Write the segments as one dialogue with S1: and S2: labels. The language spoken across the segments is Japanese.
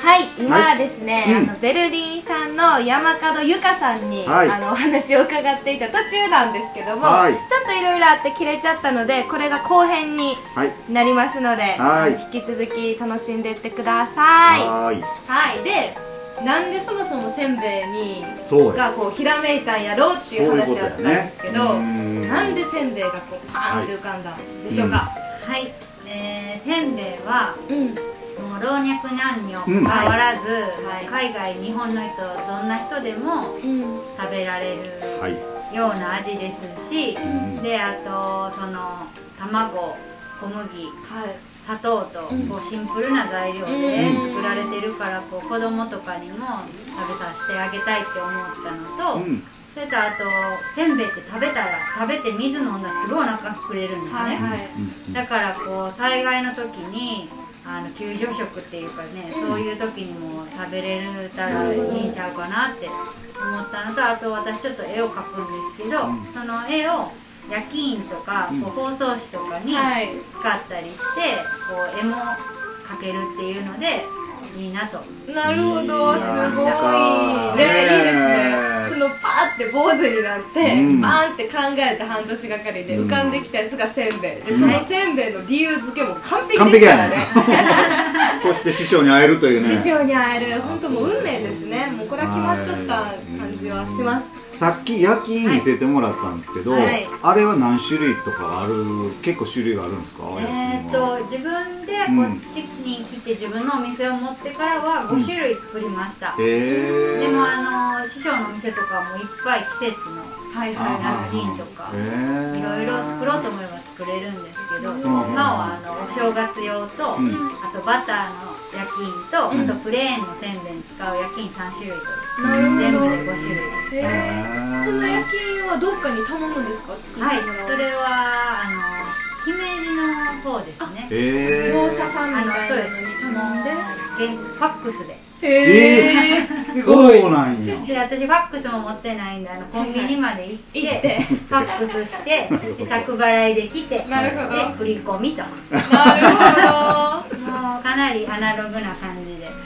S1: はい、今はですね、ベルリンさんの山門ゆかさんに、お話を伺っていた途中なんですけども、ちょっといろいろあって切れちゃったので、これが後編になりますので、引き続き楽しんでいってください。はい、で、なんでそもそもせんべいにがこうひらめいたんやろうっていう話だったんですけど、なんでせんべいがこうパーンって浮かんだんでしょうか。
S2: はい、せんべいはもう老若男女変わらず、海外日本の人どんな人でも食べられるような味ですし、であとその卵、小麦、砂糖とこうシンプルな材料で作られてるから、こう子供とかにも食べさせてあげたいって思ったのと、それとあとせんべいって食べて水飲んだらすごいお腹膨れるんですね。だからこう災害の時に救助食っていうかね、そういう時にも食べれたらいいんちゃうかなって思ったのと、あと私ちょっと絵を描くんですけど、その絵を焼き印とかこう包装紙とかに使ったりして、こう絵も描けるっていうのでいいなと。
S1: なるほど、すごいね、いいですね。そのパーって坊主になってバーンって考えて半年がかりで浮かんできたやつがせんべいで、そのせんべいの理由付けも完璧ですからね。
S3: そして師匠に会えるというね。
S1: 師匠に会える、本当もう運命ですね。もうこれは決まっちゃった感じはします。
S3: さっき焼き印見せてもらったんですけど、あれは何種類とかある、結構種類があるんですか？
S2: 自分でこっちに来て自分のお店を持ってからは5種類作りました。でも師匠のお店とかもいっぱい季節の焼き印とかいろいろ作ろうと思えば作れるんですけど、今はお正月用と、あとバターの焼き印と、あとプレーンのせんべいに使う焼き印3種類と全部で5種類です。
S1: その焼き印はどっかに頼むんですか？作ってもらう。
S2: それは姫路の方ですね。
S1: 業者さんみたいなのに頼んで
S2: ファックスで。
S1: すごい。
S3: そうなんや。
S2: で、私ファックスも持ってないんで、コンビニまで行ってファックスして着払いできて、で振り込みと。なる
S1: ほど。
S2: もうかなりアナログな感じで。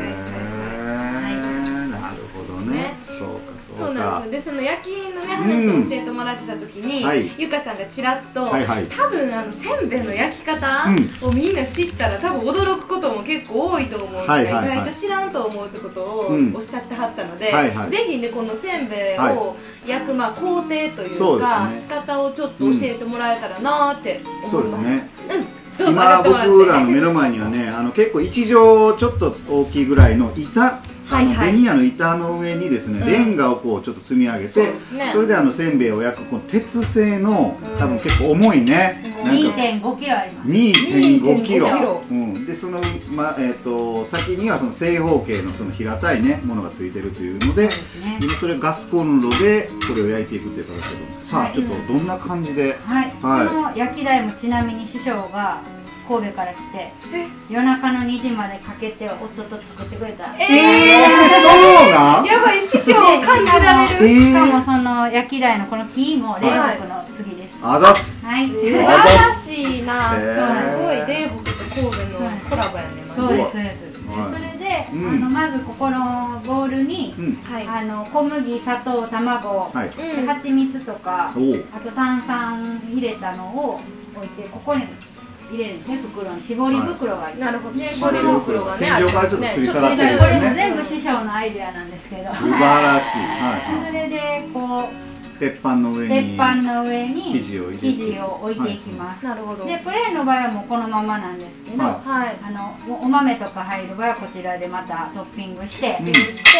S3: なるほどね。
S1: そうなんですよ。で、その焼き印のね話を教えてもらってた時に、ゆかさんがちらっと多分せんべいの焼き方をみんな知ったら多分驚くことも結構多いと思うので、意外と知らんと思うってことをおっしゃってはったので、ぜひねこのせんべいを焼く工程というか仕方をちょっと教えてもらえたらなって思います。
S3: 今僕らの目の前にはね、結構1畳ちょっと大きいぐらいの板、ベニヤの板の上にですね、レンガをこうちょっと積み上げて、それでせんべいを焼くこの鉄製の多分結構重いね、
S2: 2.5キロあります。
S3: 2.5キロ。でその先にはその正方形のその平たいねものがついてるというので、今それガスコンロでこれを焼いていくという形で、さあちょっとどんな感じで。
S2: この焼き台もちなみに師匠が神戸から来て夜中の2時までかけて夫と作ってくれた。
S3: そうなん？
S1: やばい、師匠を感じられる。
S2: しかもその焼き台のこの木も嶺北の杉です。
S3: あざっす。
S1: 素晴らしいな。すごい嶺北と神戸のコラボやね。
S2: そうですそうです。それでまずここのボウルに小麦、砂糖、卵、蜂蜜とかあと炭酸入れたのを置いて、ここに入れるんですね。袋に絞り袋がある。
S1: なるほど。絞り袋がね。
S3: 天井からちょっと吊り下がってるん
S2: こ
S3: ですね。
S2: れも全部師匠のアイデアなんですけど。
S3: 素晴らしい。
S2: それでこう
S3: 鉄板の上に生地を
S2: 置いていきます。
S1: なるほど。
S2: でプレーンの場合はもうこのままなんですけど、お豆とか入る場合はこちらでまたトッピングして、でこ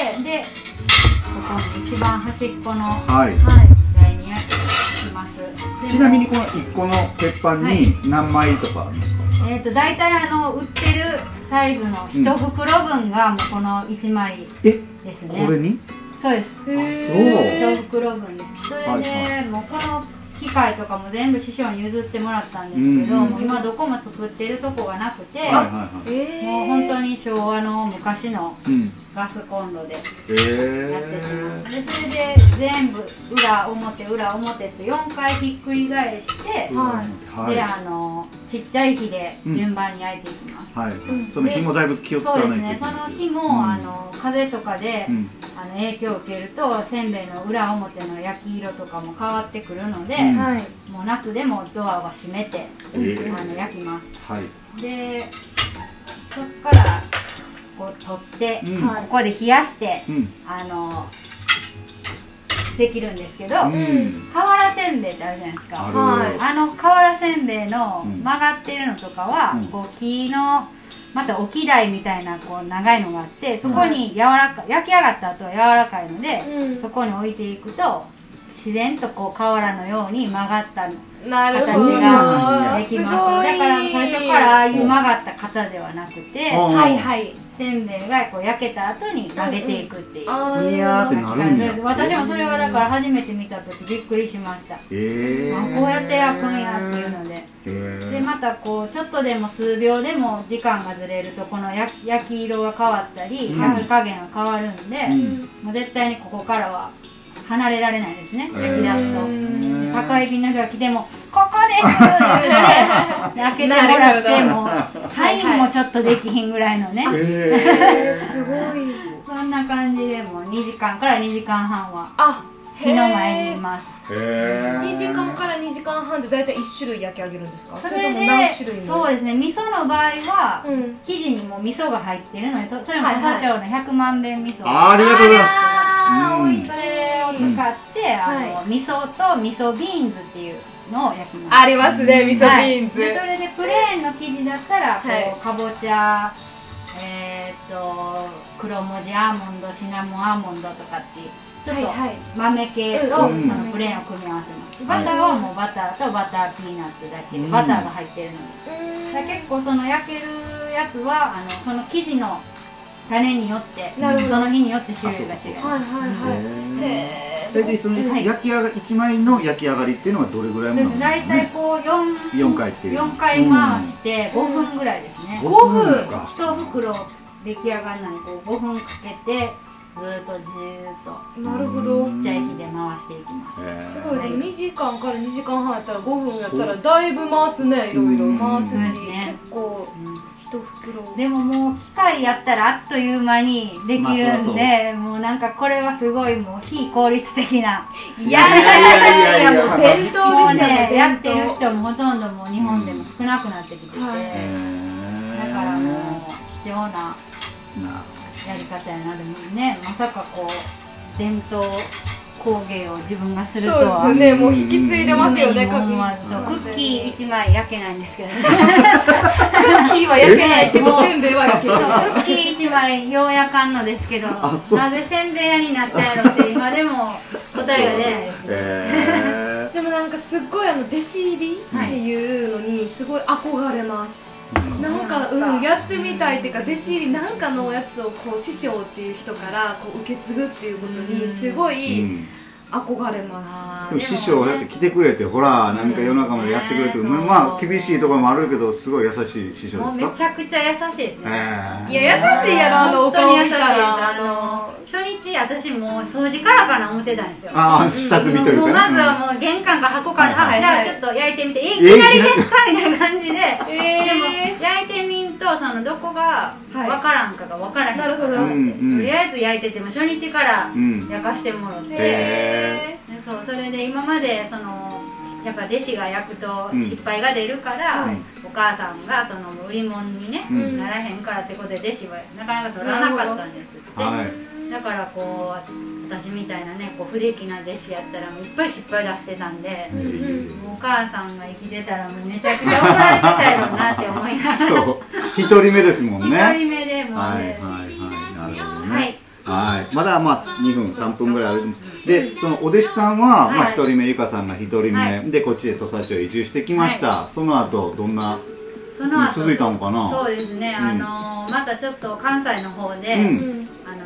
S2: こに一番端っこの台に焼きます。
S3: ちなみにこの1個の鉄板に何枚とかあるんですか？
S2: 大体売ってるサイズの1袋分がもうこの1枚ですね。
S3: これに？
S2: そうです。1袋分です。それでもうこの機械とかも全部師匠に譲ってもらったんですけど、もう今どこも作ってるとこがなくて、もう本当に昭和の昔のガスコンロでやってます。でそれで全部裏表裏表って4回ひっくり返して、でちっちゃい火で順番に焼いていきます。
S3: その火もだいぶ気を使わないといけない。
S2: その火も風とかで影響を受けるとせんべいの裏表の焼き色とかも変わってくるので、もう夏でもドアは閉めて焼きます。でそこからこう取って、ここで冷やして、できるんですけど、瓦せんべいってあるじゃないですか。瓦せんべいの曲がってるのとかは、こう木のまた置き台みたいなこう長いのがあって、そこに焼き上がった後は柔らかいので、そこに置いていくと自然とこう瓦のように曲がった形ができます。だから最初からああいう曲がった型ではなくて、せんべいがこう焼けた後に揚げていくっていう。
S3: にやーってなるんや。
S2: 私もそれはだから初めて見た時びっくりしました。こうやって焼くんやっていうので。でまたこうちょっとでも数秒でも時間がずれるとこの焼き色が変わったり、焼き加減が変わるんで、もう絶対にここからは離れられないですね、焼き出すと。宅配便の人が来ても「ここです!」って言って開けてもらってもサインもちょっとできひんぐらいのね。
S1: すごい。
S2: そんな感じでも2時間から2時間半は火の前にいます。
S1: 2時間から2時間半で大体1種類焼き上げるんですか？
S2: それでそうですね、味噌の場合は生地にも味噌が入ってるので、それも土佐町の100万遍味噌。
S3: ありがとうございます。
S2: それを使って味噌と味噌ビーンズっていうのを焼きます。
S1: ありますね、味噌ビーンズ。
S2: それでプレーンの生地だったらかぼちゃ、黒文字アーモンド、シナモンアーモンドとかっていうちょっと豆系とそのプレーンを組み合わせます。バターはもうバターとバターピーナッツだけでバターが入ってるので、結構その焼けるやつはその生地の種によってその日によって種類が違います。
S3: 大体その焼き上がり1枚の焼き上がりっていうのはどれぐらいもの？
S2: 大体こう4回っていう4回回して5分ぐらいですね。
S1: 5分
S2: か。1袋出来上がらないこう5分かけてずーっと
S1: なるほど、
S2: ちっちゃい火で回していきます。
S1: すごい。でも2時間から2時間半やったら5分やったらだいぶ回すね。いろいろ回すし、結構1袋。
S2: でももう機械やったらあっという間にできるんで、もうなんかこれはすごいもう非効率的な。
S1: いやもう伝統ですよね。
S2: やってる人もほとんどもう日本でも少なくなってきてて、だからもう貴重なやり方やな。でもね、まさかこう伝統工芸を自分がするとは。
S1: そうですね、もう引き継いでますよね。ク
S2: ッキー1枚焼けないんですけどね。クッ
S1: キーは焼けないけどせんべいは焼ける。
S2: クッキー1枚よう焼かんのですけど、なぜせんべい屋になったやろって今でも答えが出ないですね。
S1: でもなんかすっごい弟子入りっていうのにすごい憧れます。なんかやってみたいっていうか、弟子入りなんかのやつをこう師匠っていう人からこう受け継ぐっていうことにすごい憧れます。
S3: でも師匠やって来てくれて、ほらなんか夜中までやってくれて、まあ厳しいところもあるけどすごい優しい師匠ですか？
S2: めちゃくちゃ優しいですね。
S1: いや優しいやろ、お顔見たら。
S2: 初日私もう掃除からかな思ってたんですよ。
S3: 下積みというかね。
S2: まずはもう玄関から箱からじゃあちょっと焼いてみて、いきなりですかみたいな感じで、でも焼いてみんとそのどこが分からんかが分からへんから、とりあえず焼いてても初日から焼かしてもらって、それで今までそのやっぱ弟子が焼くと失敗が出るから、お母さんがその売り物にねならへんからってことで弟子はなかなか取らなかったんですって。だからこう私みたいなねこう不出来な弟子やったらもういっぱい失敗出してたんで、お母さんが生きてたらもうめちゃくちゃ怒られてたやろうなって思いながら。そう、
S3: 一人目ですもんね。
S2: 一人目でもうね。
S3: なるほどね。まだまあ2分3分ぐらいあるんです。でそのお弟子さんは1人目ゆかさんが1人目でこっちで土佐町へ移住してきました。その後どんな続いたのかな？
S2: そうですね、またちょっと関西の方で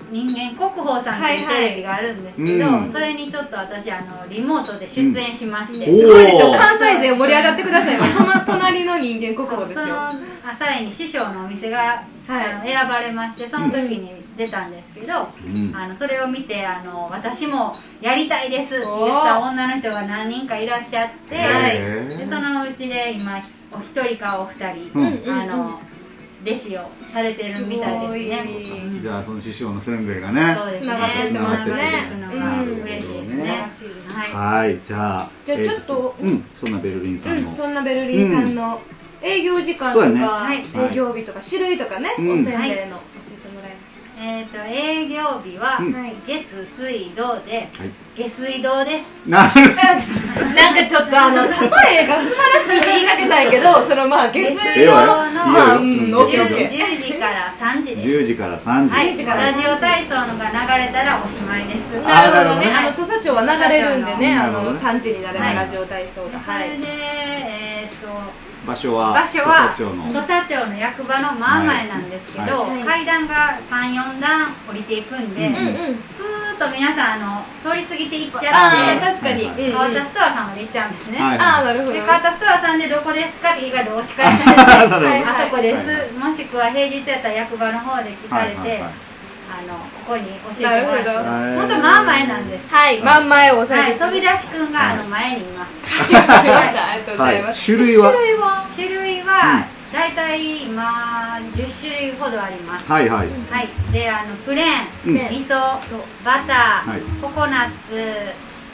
S2: 人間国宝さんっていうテレビがあるんですけど、それにちょっと私リモートで出演しまして、
S1: すごいですよ。関西勢盛り上がってください。隣の人間国宝ですよ。
S2: その朝に師匠のお店が選ばれまして、その時に出たんですけど、それを見て私もやりたいですって言った女の人が何人かいらっしゃって、でそのうちで今お一人かお二人弟子をされてるみたいですね。
S3: じゃあその師匠のせんべいがね、
S2: そうですね、つながっていくのが嬉しいですね。
S3: はい、じゃあ
S1: ちょっと
S3: そんなベルリンさ
S1: んの営業時間とか営業日とか種類とかね、おせんべいの教えてもらいます。
S2: 営業日は月水土で下水道です。
S1: なんかちょっと例えが素晴らしいって言いかけたいけど、そのまあ下水道の
S2: 10時から3時です。
S3: 10時から3時。
S2: ラジオ体操のが流れたらおしまいです。
S1: なるほどね。土佐町は流れるんでね、3時になればラジオ体操が。
S2: それで
S3: 場所は
S2: 土佐町の役場の真ん前なんですけど、階段が3、4段降りていくんで、スーッと皆さん通り過ぎていっちゃって、
S1: 確かに
S2: 川田ストアさんまで行っちゃうんですね。
S1: なるほど。
S2: で川田ストアさんでどこですかって言い方で押し返してあそこです、もしくは平日やったら役場の方で聞かれて、ここに教えてもらって、本当真ん前なんです。
S1: はい、真ん前を押さえて、
S2: 飛び出しくんが前にいます。
S1: ありがとうございます。
S3: 種類は
S2: だいたい今10種類ほどあります。
S3: はいはい。
S2: でプレーン、味噌、バター、ココナッツ、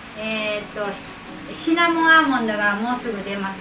S2: シナモンアーモンドがもうすぐ出ます。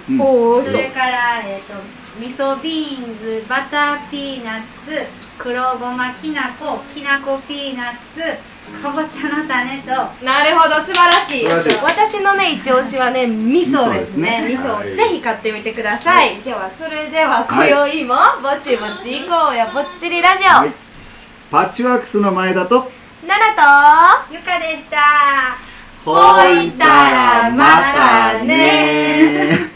S2: それから味噌ビーンズ、バターピーナッツ、黒ごまきなこ、きなこピーナッツ、かぼちゃの種と。
S1: なるほど、素晴らしい。私のね一押しはね味噌ですね。味噌をぜひ買ってみてください。ではそれでは今宵もぼちぼち行こうやぼっちりラジオ。
S3: パッチワークスの前だと
S2: ナナとゆかでした。
S3: ほいたらまたね